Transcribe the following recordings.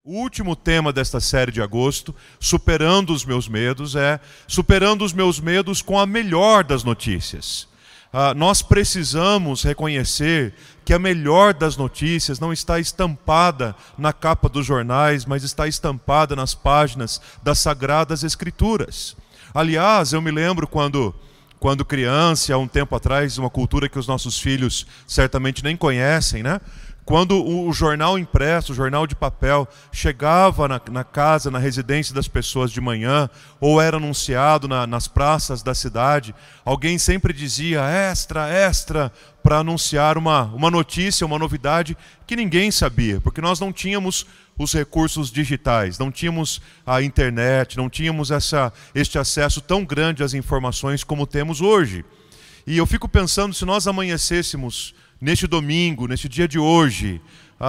O último tema desta série de agosto, Superando os Meus Medos, é superando os meus medos com a melhor das notícias. Nós precisamos reconhecer que a melhor das notícias não está estampada na capa dos jornais, mas está estampada nas páginas das Sagradas Escrituras. Aliás, eu me lembro quando criança, há um tempo atrás, uma cultura que os nossos filhos certamente nem conhecem, né? Quando o jornal impresso, o jornal de papel, chegava na casa, na residência das pessoas de manhã, ou era anunciado nas praças da cidade, alguém sempre dizia extra, extra, para anunciar uma notícia, uma novidade que ninguém sabia, porque nós não tínhamos os recursos digitais, não tínhamos a internet, não tínhamos este acesso tão grande às informações como temos hoje. E eu fico pensando, se nós amanhecêssemos neste domingo, neste dia de hoje,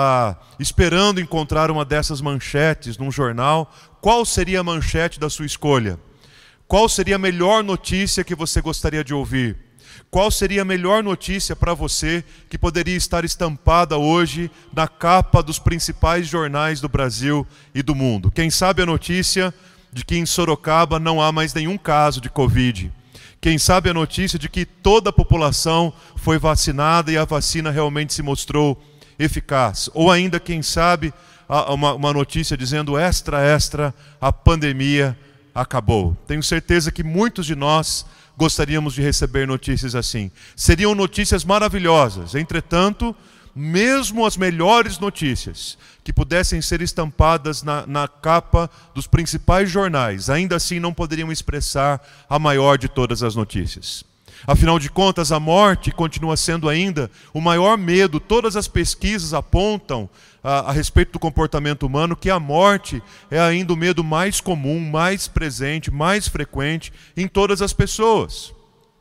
esperando encontrar uma dessas manchetes num jornal, qual seria a manchete da sua escolha? Qual seria a melhor notícia que você gostaria de ouvir? Qual seria a melhor notícia para você que poderia estar estampada hoje na capa dos principais jornais do Brasil e do mundo? Quem sabe a notícia de que em Sorocaba não há mais nenhum caso de Covid? Quem sabe a notícia de que toda a população foi vacinada e a vacina realmente se mostrou eficaz? Ou ainda, quem sabe, uma notícia dizendo extra, extra, a pandemia acabou. Tenho certeza que muitos de nós gostaríamos de receber notícias assim. Seriam notícias maravilhosas. Entretanto, mesmo as melhores notícias que pudessem ser estampadas na capa dos principais jornais, ainda assim não poderiam expressar a maior de todas as notícias. Afinal de contas, a morte continua sendo ainda o maior medo. Todas as pesquisas apontam a respeito do comportamento humano que a morte é ainda o medo mais comum, mais presente, mais frequente em todas as pessoas.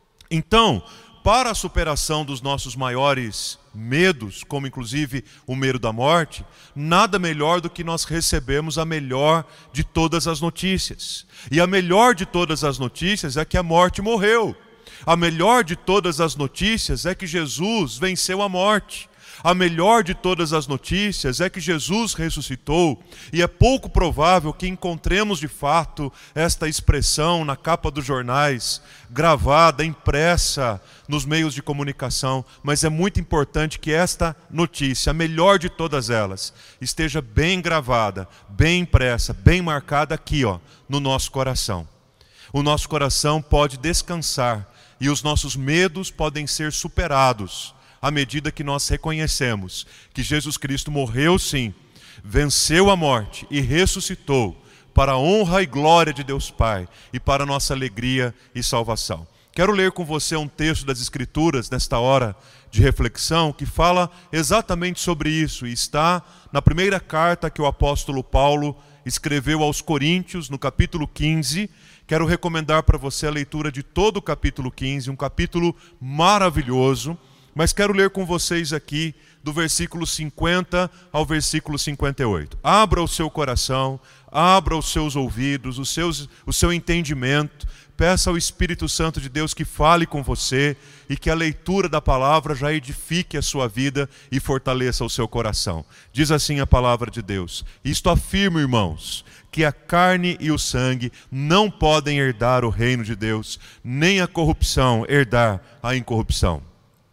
Então, para a superação dos nossos maiores medos, como inclusive o medo da morte, nada melhor do que nós recebemos a melhor de todas as notícias. E a melhor de todas as notícias é que a morte morreu. A melhor de todas as notícias é que Jesus venceu a morte. A melhor de todas as notícias é que Jesus ressuscitou, e é pouco provável que encontremos de fato esta expressão na capa dos jornais, gravada, impressa nos meios de comunicação, mas é muito importante que esta notícia, a melhor de todas elas, esteja bem gravada, bem impressa, bem marcada aqui, no nosso coração. O nosso coração pode descansar e os nossos medos podem ser superados à medida que nós reconhecemos que Jesus Cristo morreu sim, venceu a morte e ressuscitou para a honra e glória de Deus Pai e para a nossa alegria e salvação. Quero ler com você um texto das Escrituras nesta hora de reflexão que fala exatamente sobre isso e está na primeira carta que o apóstolo Paulo escreveu aos Coríntios, no capítulo 15. Quero recomendar para você a leitura de todo o capítulo 15, um capítulo maravilhoso. Mas quero ler com vocês aqui do versículo 50 ao versículo 58. Abra o seu coração, abra os seus ouvidos, o seu entendimento. Peça ao Espírito Santo de Deus que fale com você e que a leitura da palavra já edifique a sua vida e fortaleça o seu coração. Diz assim a palavra de Deus: isto afirmo, irmãos, que a carne e o sangue não podem herdar o reino de Deus, nem a corrupção herdar a incorrupção.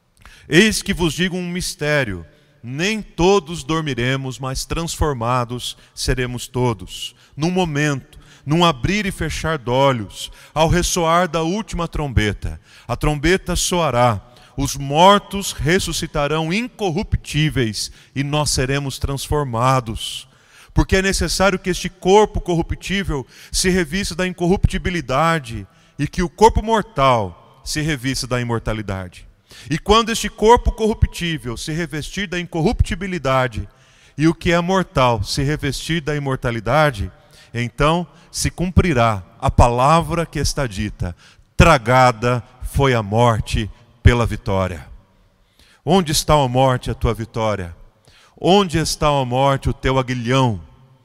Eis que vos digo um mistério, nem todos dormiremos, mas transformados seremos todos. Num momento, num abrir e fechar de olhos, ao ressoar da última trombeta, a trombeta soará, os mortos ressuscitarão incorruptíveis e nós seremos transformados. Porque é necessário que este corpo corruptível se revista da incorruptibilidade e que o corpo mortal se revista da imortalidade. E quando este corpo corruptível se revestir da incorruptibilidade e o que é mortal se revestir da imortalidade, então se cumprirá a palavra que está dita: tragada foi a morte pela vitória. Onde está, ó morte, a tua vitória? Onde está, ó morte, o teu aguilhão?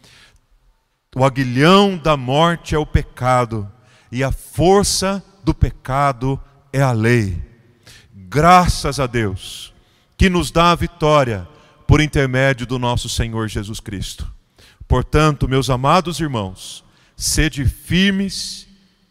O aguilhão da morte é o pecado, e a força do pecado é a lei. Graças a Deus, que nos dá a vitória por intermédio do nosso Senhor Jesus Cristo. Portanto, meus amados irmãos, sede firmes,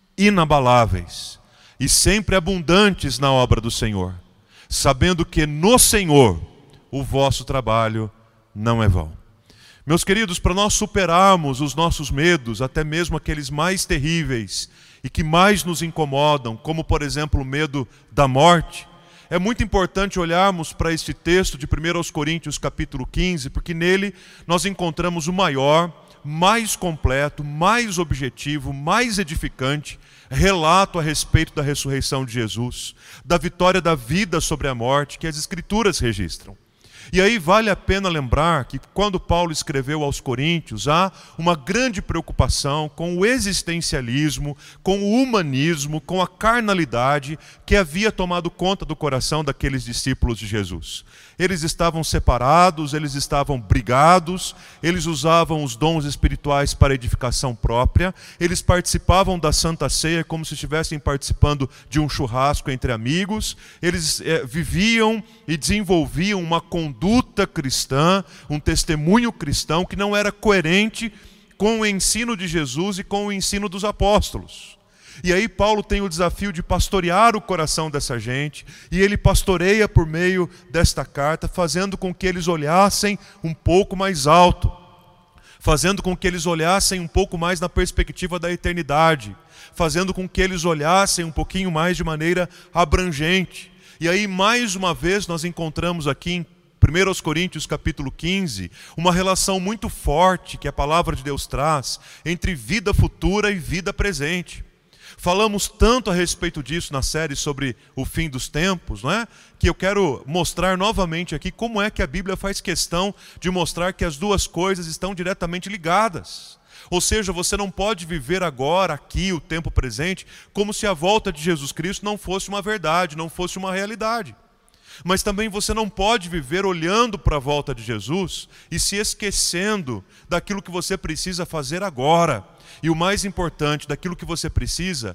inabaláveis e sempre abundantes na obra do Senhor, sabendo que no Senhor o vosso trabalho não é vão. Meus queridos, para nós superarmos os nossos medos, até mesmo aqueles mais terríveis e que mais nos incomodam, como por exemplo o medo da morte, é muito importante olharmos para este texto de 1 Coríntios capítulo 15, porque nele nós encontramos o maior, mais completo, mais objetivo, mais edificante relato a respeito da ressurreição de Jesus, da vitória da vida sobre a morte que as Escrituras registram. E aí vale a pena lembrar que quando Paulo escreveu aos Coríntios, há uma grande preocupação com o existencialismo, com o humanismo, com a carnalidade que havia tomado conta do coração daqueles discípulos de Jesus. Eles estavam separados, eles estavam brigados, eles usavam os dons espirituais para edificação própria, eles participavam da Santa Ceia como se estivessem participando de um churrasco entre amigos, eles viviam e desenvolviam uma conduta cristã, um testemunho cristão que não era coerente com o ensino de Jesus e com o ensino dos apóstolos. E aí Paulo tem o desafio de pastorear o coração dessa gente, e ele pastoreia por meio desta carta, fazendo com que eles olhassem um pouco mais alto, fazendo com que eles olhassem um pouco mais na perspectiva da eternidade, fazendo com que eles olhassem um pouquinho mais de maneira abrangente. E aí mais uma vez nós encontramos aqui em 1 Coríntios capítulo 15, uma relação muito forte que a palavra de Deus traz entre vida futura e vida presente. Falamos tanto a respeito disso na série sobre o fim dos tempos, não é? Que eu quero mostrar novamente aqui como é que a Bíblia faz questão de mostrar que as duas coisas estão diretamente ligadas. Ou seja, você não pode viver agora, aqui, o tempo presente, como se a volta de Jesus Cristo não fosse uma verdade, não fosse uma realidade. Mas também você não pode viver olhando para a volta de Jesus e se esquecendo daquilo que você precisa fazer agora. E o mais importante, daquilo que você precisa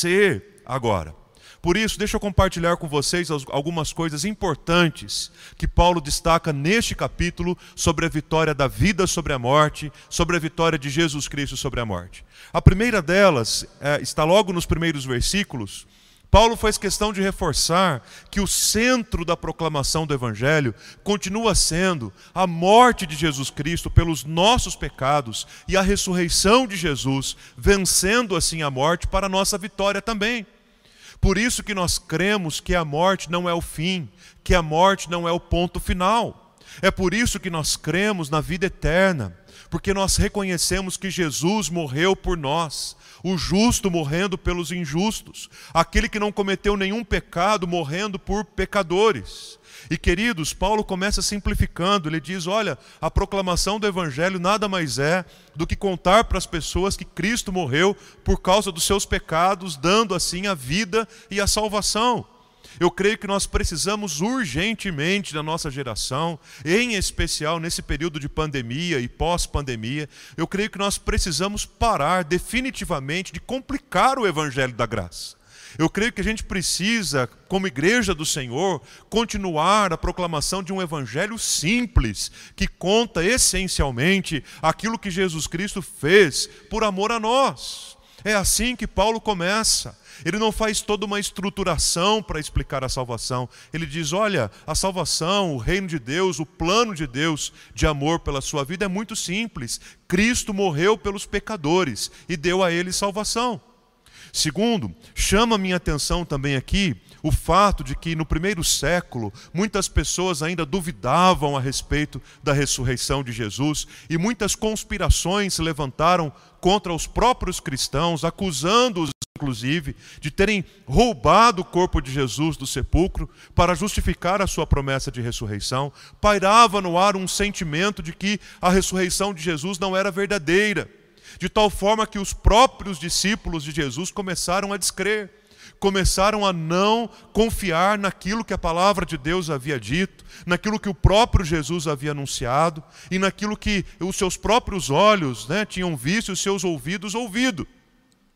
ser agora. Por isso, deixa eu compartilhar com vocês algumas coisas importantes que Paulo destaca neste capítulo sobre a vitória da vida sobre a morte, sobre a vitória de Jesus Cristo sobre a morte. A primeira delas está logo nos primeiros versículos. Paulo faz questão de reforçar que o centro da proclamação do Evangelho continua sendo a morte de Jesus Cristo pelos nossos pecados e a ressurreição de Jesus, vencendo assim a morte para a nossa vitória também. Por isso que nós cremos que a morte não é o fim, que a morte não é o ponto final. É por isso que nós cremos na vida eterna, porque nós reconhecemos que Jesus morreu por nós, o justo morrendo pelos injustos, aquele que não cometeu nenhum pecado morrendo por pecadores. E queridos, Paulo começa simplificando, ele diz, olha, a proclamação do Evangelho nada mais é do que contar para as pessoas que Cristo morreu por causa dos seus pecados, dando assim a vida e a salvação. Eu creio que nós precisamos urgentemente na nossa geração, em especial nesse período de pandemia e pós-pandemia, eu creio que nós precisamos parar definitivamente de complicar o Evangelho da graça. Eu creio que a gente precisa, como igreja do Senhor, continuar a proclamação de um evangelho simples, que conta essencialmente aquilo que Jesus Cristo fez por amor a nós. É assim que Paulo começa. Ele não faz toda uma estruturação para explicar a salvação. Ele diz, olha, a salvação, o reino de Deus, o plano de Deus de amor pela sua vida é muito simples. Cristo morreu pelos pecadores e deu a eles salvação. Segundo, chama a minha atenção também aqui o fato de que no primeiro século muitas pessoas ainda duvidavam a respeito da ressurreição de Jesus e muitas conspirações se levantaram contra os próprios cristãos, acusando-os inclusive de terem roubado o corpo de Jesus do sepulcro para justificar a sua promessa de ressurreição. Pairava no ar um sentimento de que a ressurreição de Jesus não era verdadeira, de tal forma que os próprios discípulos de Jesus começaram a descrer, começaram a não confiar naquilo que a palavra de Deus havia dito, naquilo que o próprio Jesus havia anunciado e naquilo que os seus próprios olhos tinham visto e os seus ouvidos ouvido.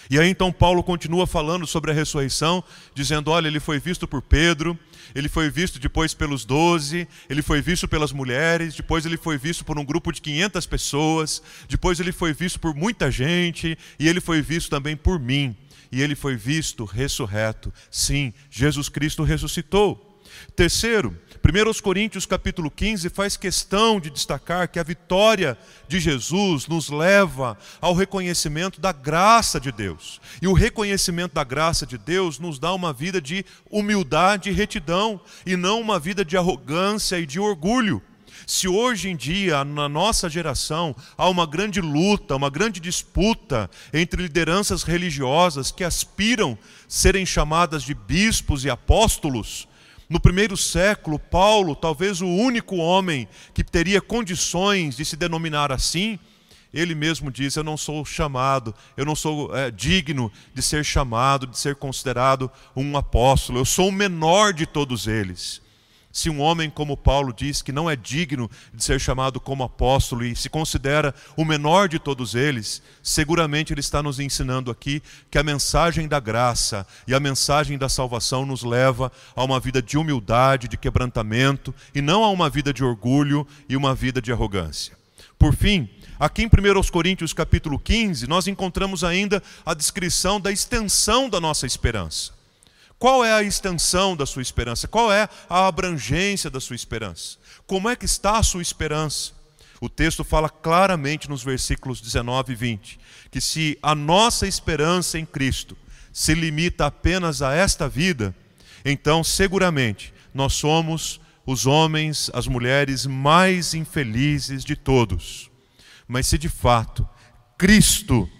E aí então Paulo continua falando sobre a ressurreição, dizendo, olha, ele foi visto por Pedro, ele foi visto depois pelos 12, ele foi visto pelas mulheres, depois ele foi visto por um grupo de 500 pessoas, depois ele foi visto por muita gente, e ele foi visto também por mim, e ele foi visto ressurreto. Sim, Jesus Cristo ressuscitou. Terceiro, 1 Coríntios capítulo 15 faz questão de destacar que a vitória de Jesus nos leva ao reconhecimento da graça de Deus. E o reconhecimento da graça de Deus nos dá uma vida de humildade e retidão, e não uma vida de arrogância e de orgulho. Se hoje em dia, na nossa geração, há uma grande luta, uma grande disputa entre lideranças religiosas que aspiram serem chamadas de bispos e apóstolos, no primeiro século, Paulo, talvez o único homem que teria condições de se denominar assim, ele mesmo diz, eu não sou chamado, eu não sou digno de ser chamado, de ser considerado um apóstolo, eu sou o menor de todos eles. Se um homem como Paulo diz que não é digno de ser chamado como apóstolo e se considera o menor de todos eles, seguramente ele está nos ensinando aqui que a mensagem da graça e a mensagem da salvação nos leva a uma vida de humildade, de quebrantamento, e não a uma vida de orgulho e uma vida de arrogância. Por fim, aqui em 1 Coríntios capítulo 15, nós encontramos ainda a descrição da extensão da nossa esperança. Qual é a extensão da sua esperança? Qual é a abrangência da sua esperança? Como é que está a sua esperança? O texto fala claramente nos versículos 19 e 20, que se a nossa esperança em Cristo se limita apenas a esta vida, então seguramente nós somos os homens, as mulheres mais infelizes de todos. Mas se de fato Cristo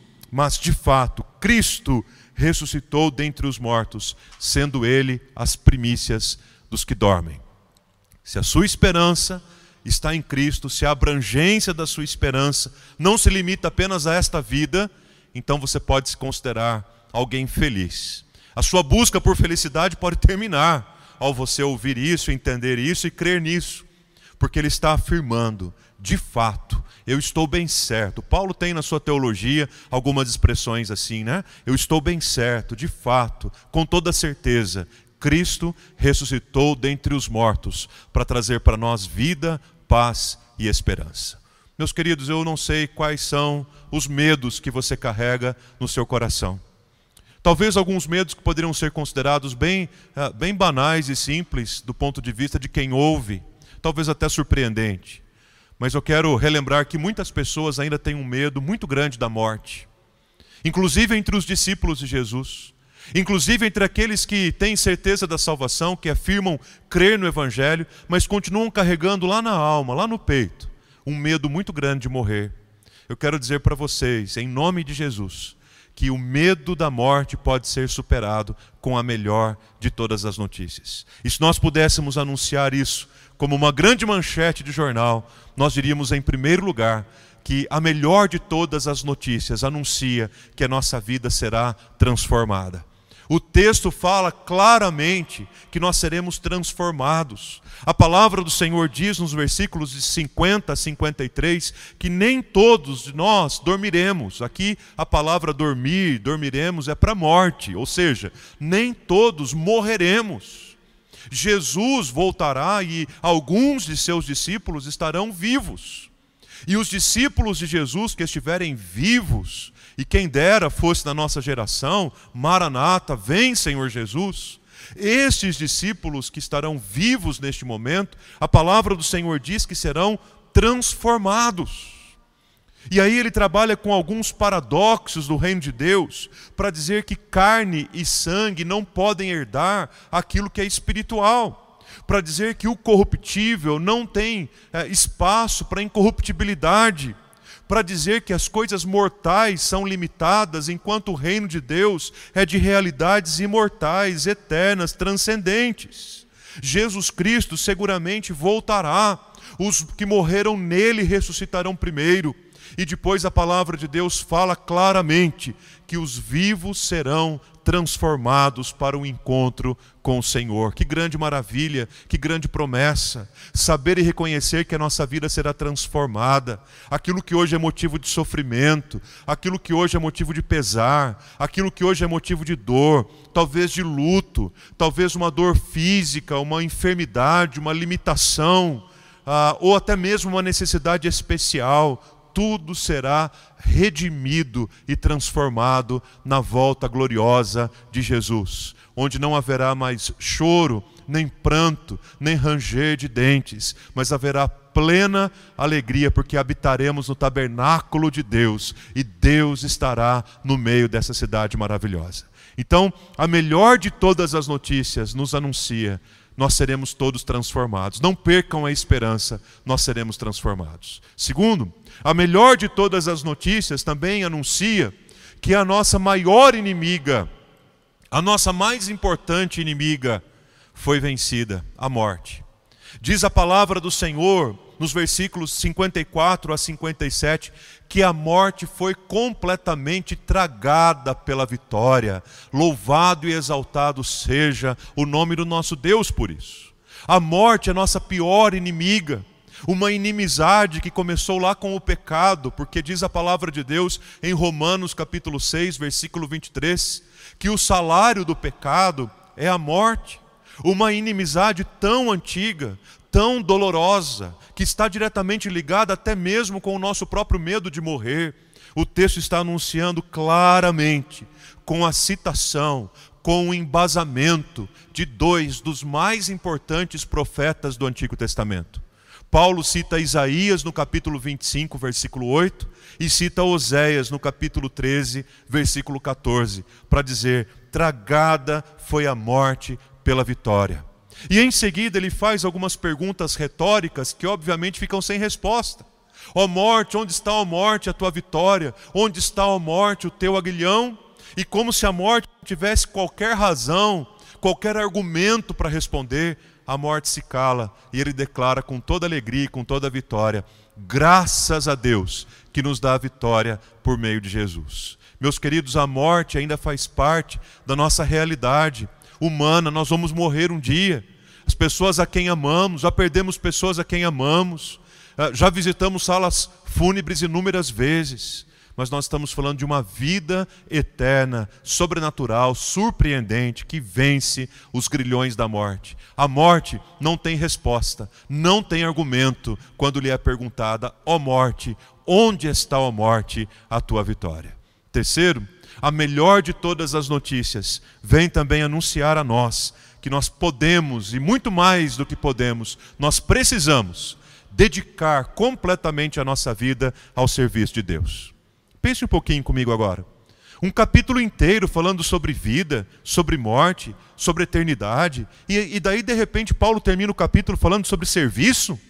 ressuscitou dentre os mortos, sendo ele as primícias dos que dormem. Se a sua esperança está em Cristo, se a abrangência da sua esperança não se limita apenas a esta vida, então você pode se considerar alguém feliz. A sua busca por felicidade pode terminar ao você ouvir isso, entender isso e crer nisso, porque ele está afirmando, de fato, eu estou bem certo. Paulo tem na sua teologia algumas expressões assim, né? Eu estou bem certo, de fato, com toda certeza, Cristo ressuscitou dentre os mortos para trazer para nós vida, paz e esperança. Meus queridos, eu não sei quais são os medos que você carrega no seu coração. Talvez alguns medos que poderiam ser considerados bem banais e simples do ponto de vista de quem ouve, talvez até surpreendente. Mas eu quero relembrar que muitas pessoas ainda têm um medo muito grande da morte. Inclusive entre os discípulos de Jesus. Inclusive entre aqueles que têm certeza da salvação, que afirmam crer no Evangelho, mas continuam carregando lá na alma, lá no peito, um medo muito grande de morrer. Eu quero dizer para vocês, em nome de Jesus, que o medo da morte pode ser superado com a melhor de todas as notícias. E se nós pudéssemos anunciar isso como uma grande manchete de jornal, nós diríamos em primeiro lugar que a melhor de todas as notícias anuncia que a nossa vida será transformada. O texto fala claramente que nós seremos transformados. A palavra do Senhor diz nos versículos de 50 a 53 que nem todos de nós dormiremos. Aqui a palavra dormiremos é para a morte, ou seja, nem todos morreremos. Jesus voltará e alguns de seus discípulos estarão vivos. E os discípulos de Jesus que estiverem vivos, e quem dera fosse na nossa geração, Maranata, vem Senhor Jesus, estes discípulos que estarão vivos neste momento, a palavra do Senhor diz que serão transformados. E aí ele trabalha com alguns paradoxos do reino de Deus para dizer que carne e sangue não podem herdar aquilo que é espiritual. Para dizer que o corruptível não tem espaço para a incorruptibilidade. Para dizer que as coisas mortais são limitadas, enquanto o reino de Deus é de realidades imortais, eternas, transcendentes. Jesus Cristo seguramente voltará. Os que morreram nele ressuscitarão primeiro. E depois a palavra de Deus fala claramente que os vivos serão transformados para o encontro com o Senhor. Que grande maravilha, que grande promessa. Saber e reconhecer que a nossa vida será transformada. Aquilo que hoje é motivo de sofrimento, aquilo que hoje é motivo de pesar, aquilo que hoje é motivo de dor, talvez de luto, talvez uma dor física, uma enfermidade, uma limitação, ou até mesmo uma necessidade especial, tudo será redimido e transformado na volta gloriosa de Jesus, onde não haverá mais choro, nem pranto, nem ranger de dentes, mas haverá plena alegria, porque habitaremos no tabernáculo de Deus, e Deus estará no meio dessa cidade maravilhosa. Então, a melhor de todas as notícias nos anuncia: nós seremos todos transformados. Não percam a esperança, nós seremos transformados. Segundo, a melhor de todas as notícias também anuncia que a nossa maior inimiga, a nossa mais importante inimiga, foi vencida, a morte. Diz a palavra do Senhor, nos versículos 54 a 57, que a morte foi completamente tragada pela vitória. Louvado e exaltado seja o nome do nosso Deus por isso. A morte é a nossa pior inimiga, uma inimizade que começou lá com o pecado, porque diz a palavra de Deus em Romanos capítulo 6, versículo 23, que o salário do pecado é a morte. Uma inimizade tão antiga, tão dolorosa, que está diretamente ligada até mesmo com o nosso próprio medo de morrer. O texto está anunciando claramente, com a citação, com o embasamento de dois dos mais importantes profetas do Antigo Testamento. Paulo cita Isaías no capítulo 25, versículo 8, e cita Oséias no capítulo 13, versículo 14, para dizer: tragada foi a morte pela vitória. E em seguida ele faz algumas perguntas retóricas que obviamente ficam sem resposta. Ó morte, onde está, ó morte, a tua vitória? Onde está, ó morte, o teu aguilhão? E como se a morte tivesse qualquer razão, qualquer argumento para responder, a morte se cala e ele declara com toda alegria e com toda vitória: graças a Deus que nos dá a vitória por meio de Jesus. Meus queridos, a morte ainda faz parte da nossa realidade humana. Nós vamos morrer um dia. As pessoas a quem amamos, já perdemos pessoas a quem amamos, já visitamos salas fúnebres inúmeras vezes, mas nós estamos falando de uma vida eterna, sobrenatural, surpreendente, que vence os grilhões da morte. A morte não tem resposta, não tem argumento quando lhe é perguntada: ó morte, onde está, ó morte, a tua vitória? Terceiro, a melhor de todas as notícias vem também anunciar a nós que nós podemos, e muito mais do que podemos, nós precisamos dedicar completamente a nossa vida ao serviço de Deus. Pense um pouquinho comigo agora. Um capítulo inteiro falando sobre vida, sobre morte, sobre eternidade, e daí de repente Paulo termina o capítulo falando sobre serviço?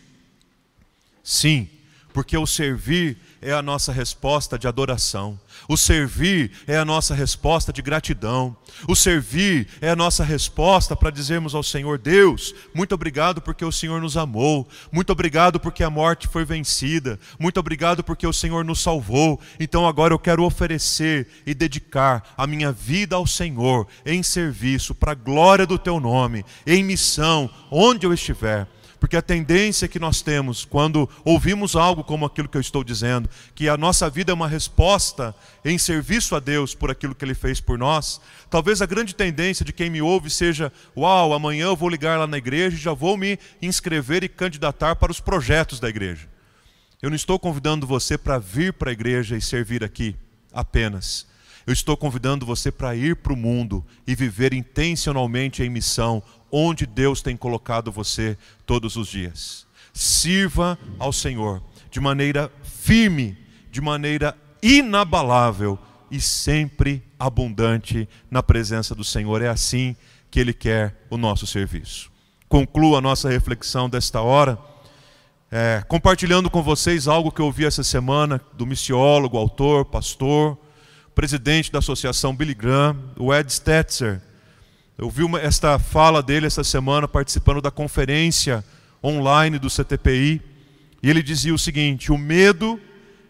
Sim, porque o servir é a nossa resposta de adoração. O servir é a nossa resposta de gratidão. O servir é a nossa resposta para dizermos ao Senhor: Deus, muito obrigado porque o Senhor nos amou. Muito obrigado porque a morte foi vencida. Muito obrigado porque o Senhor nos salvou. Então agora eu quero oferecer e dedicar a minha vida ao Senhor em serviço, para a glória do Teu nome, em missão, onde eu estiver. Porque a tendência que nós temos quando ouvimos algo como aquilo que eu estou dizendo, que a nossa vida é uma resposta em serviço a Deus por aquilo que Ele fez por nós, talvez a grande tendência de quem me ouve seja: uau, amanhã eu vou ligar lá na igreja e já vou me inscrever e candidatar para os projetos da igreja. Eu não estou convidando você para vir para a igreja e servir aqui apenas. Eu estou convidando você para ir para o mundo e viver intencionalmente em missão, onde Deus tem colocado você todos os dias. Sirva ao Senhor de maneira firme, de maneira inabalável e sempre abundante na presença do Senhor. É assim que Ele quer o nosso serviço. Concluo a nossa reflexão desta hora compartilhando com vocês algo que eu ouvi essa semana do missiólogo, autor, pastor, presidente da associação Billy Graham, o Ed Stetzer. Eu vi esta fala dele essa semana participando da conferência online do CTPI, e ele dizia o seguinte: o medo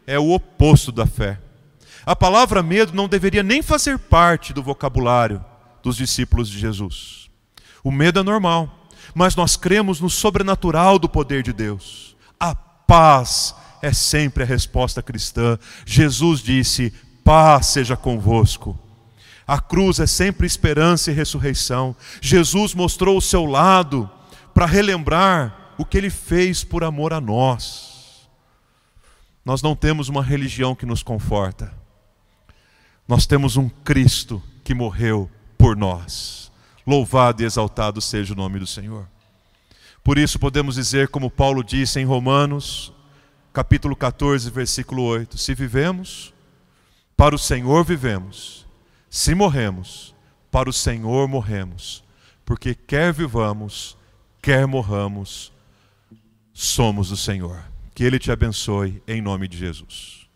é o oposto da fé. A palavra medo não deveria nem fazer parte do vocabulário dos discípulos de Jesus. O medo é normal, mas nós cremos no sobrenatural do poder de Deus. A paz é sempre a resposta cristã. Jesus disse: paz seja convosco. A cruz é sempre esperança e ressurreição. Jesus mostrou o seu lado para relembrar o que Ele fez por amor a nós. Nós não temos uma religião que nos conforta. Nós temos um Cristo que morreu por nós. Louvado e exaltado seja o nome do Senhor. Por isso podemos dizer, como Paulo disse em Romanos, capítulo 14, versículo 8: se vivemos, para o Senhor vivemos. Se morremos, para o Senhor morremos. Porque quer vivamos, quer morramos, somos do Senhor. Que Ele te abençoe em nome de Jesus.